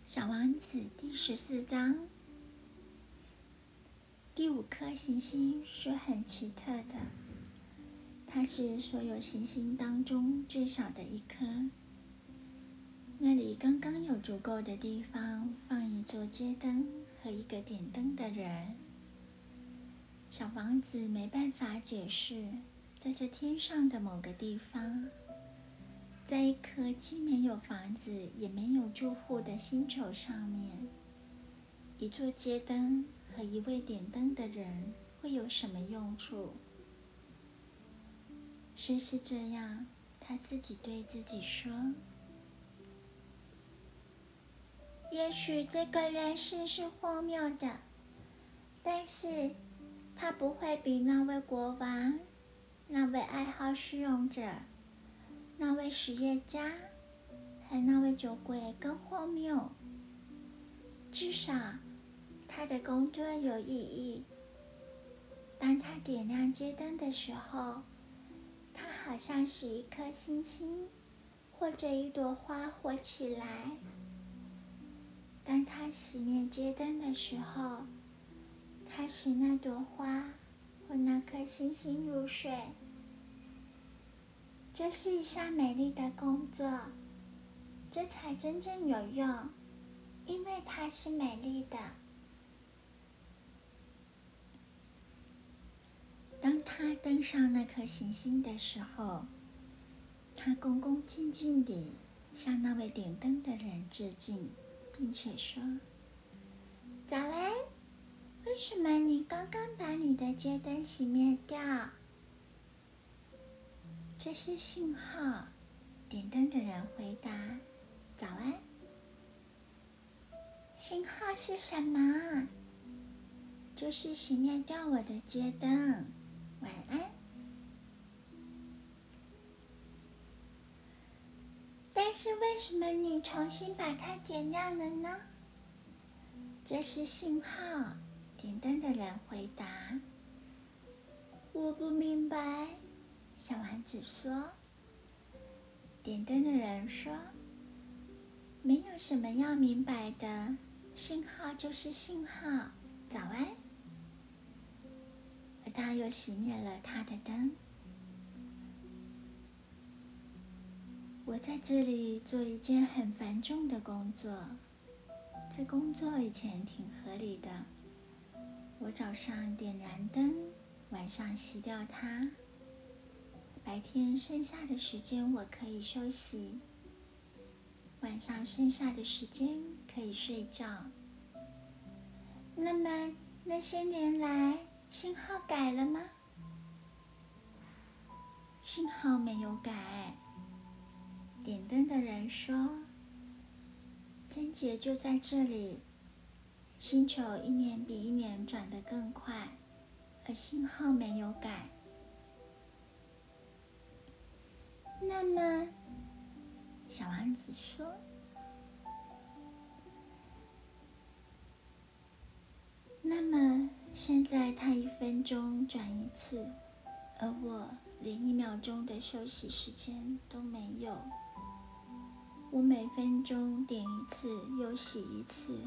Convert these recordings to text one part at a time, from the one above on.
小王子第14章。第5颗行星是很奇特的，它是所有行星当中最小的一颗。那里刚刚有足够的地方放一座街灯和一个点灯的人。小王子没办法解释，在这天上的某个地方，在一颗既没有房子也没有住户的星球上面，一座街灯和一位点灯的人会有什么用处？虽是这样，他自己对自己说：也许这个人是荒谬的，但是他不会比那位国王、那位爱好虚荣者、那位实业家和那位酒鬼更荒谬。至少他的工作有意义。当他点亮街灯的时候，他好像是一颗星星或者一朵花活起来。当他熄灭街灯的时候，他使那朵花或那颗星星入睡。这是一项美丽的工作，这才真正有用，因为它是美丽的。当他登上那颗行星的时候，他恭恭敬敬地向那位点灯的人致敬，并且说：早安，为什么你刚刚把你的街灯熄灭掉？这是信号。点灯的人回答：早安。信号是什么？就是熄灭掉我的街灯。晚安。但是为什么你重新把它点亮了呢？这是信号。点灯的人回答：我不明白。小王子说。点灯的人说：没有什么要明白的，信号就是信号。早安。而他又熄灭了他的灯。我在这里做一件很繁重的工作，这工作以前挺合理的。我早上点燃灯，晚上熄掉它。白天剩下的时间我可以休息，晚上剩下的时间可以睡觉。那么那些年来，信号改了吗？信号没有改。点灯的人说：症结就在这里，星球一年比一年转得更快，而信号没有改。那么，小王子说：那么现在它1分钟转一次，而我连1秒钟的休息时间都没有。我每分钟点一次又熄一次。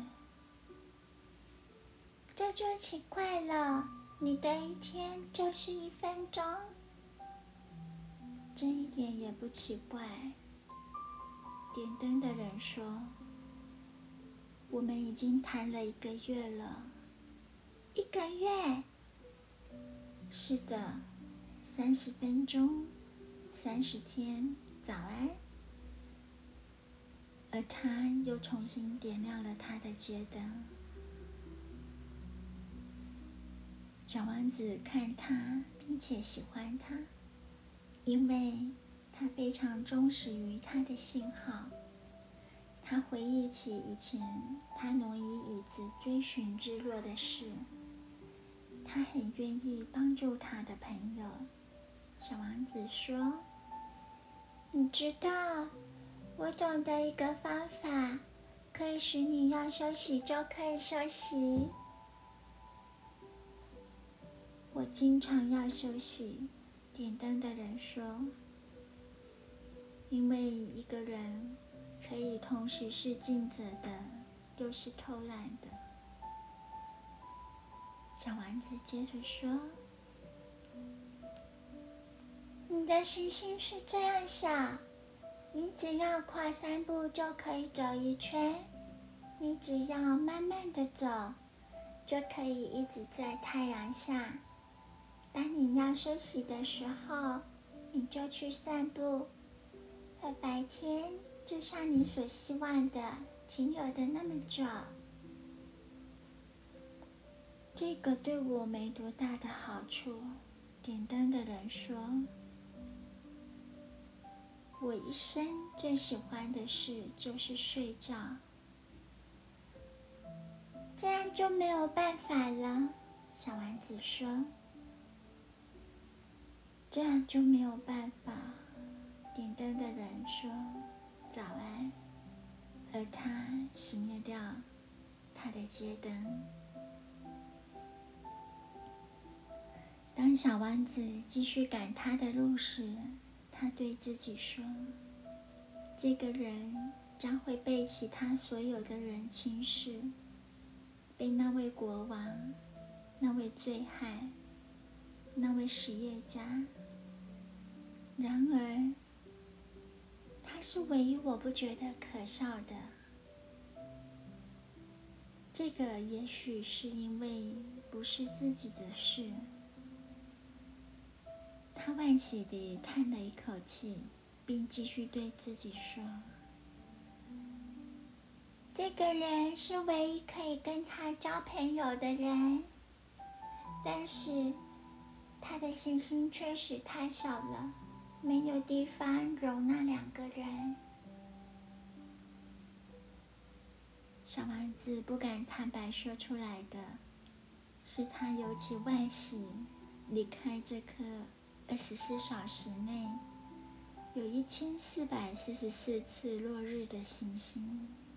这就奇怪了，你的一天就是1分钟。这一点也不奇怪。点灯的人说：我们已经谈了1个月了。1个月？是的，30分钟，30天。早安。而他又重新点亮了他的街灯。小王子看他，并且喜欢他，因为他非常忠实于他的信号。他回忆起以前他挪移椅子追寻日落的事，他很愿意帮助他的朋友。小王子说：你知道，我懂得一个方法，可以使你要休息就可以休息。我经常要休息。点灯的人说：因为一个人可以同时是尽责的又是偷懒的。小丸子接着说：“你的行星是这样小，你只要跨3步就可以走1圈，你只要慢慢的走，就可以一直在太阳下。当你要休息的时候，你就去散步，而白天就像你所希望的，停留的那么久。这个对我没多大的好处。”点灯的人说：“我一生最喜欢的事就是睡觉。”这样就没有办法了，小丸子说。这样就没有办法，点灯的人说：“早安。”而他熄灭掉他的街灯。当小丸子继续赶他的路时，他对自己说：“这个人将会被其他所有的人轻视，被那位国王、那位醉汉、那位实业家。然而，他是唯一我不觉得可笑的。这个也许是因为不是自己的事。”他惋惜地叹了一口气，并继续对自己说：“这个人是唯一可以跟他交朋友的人，但是他的行星确实太小了，没有地方容纳2个人。”小丸子不敢坦白说出来的是，他尤其惋惜离开这颗24小时内有1444次落日的行星。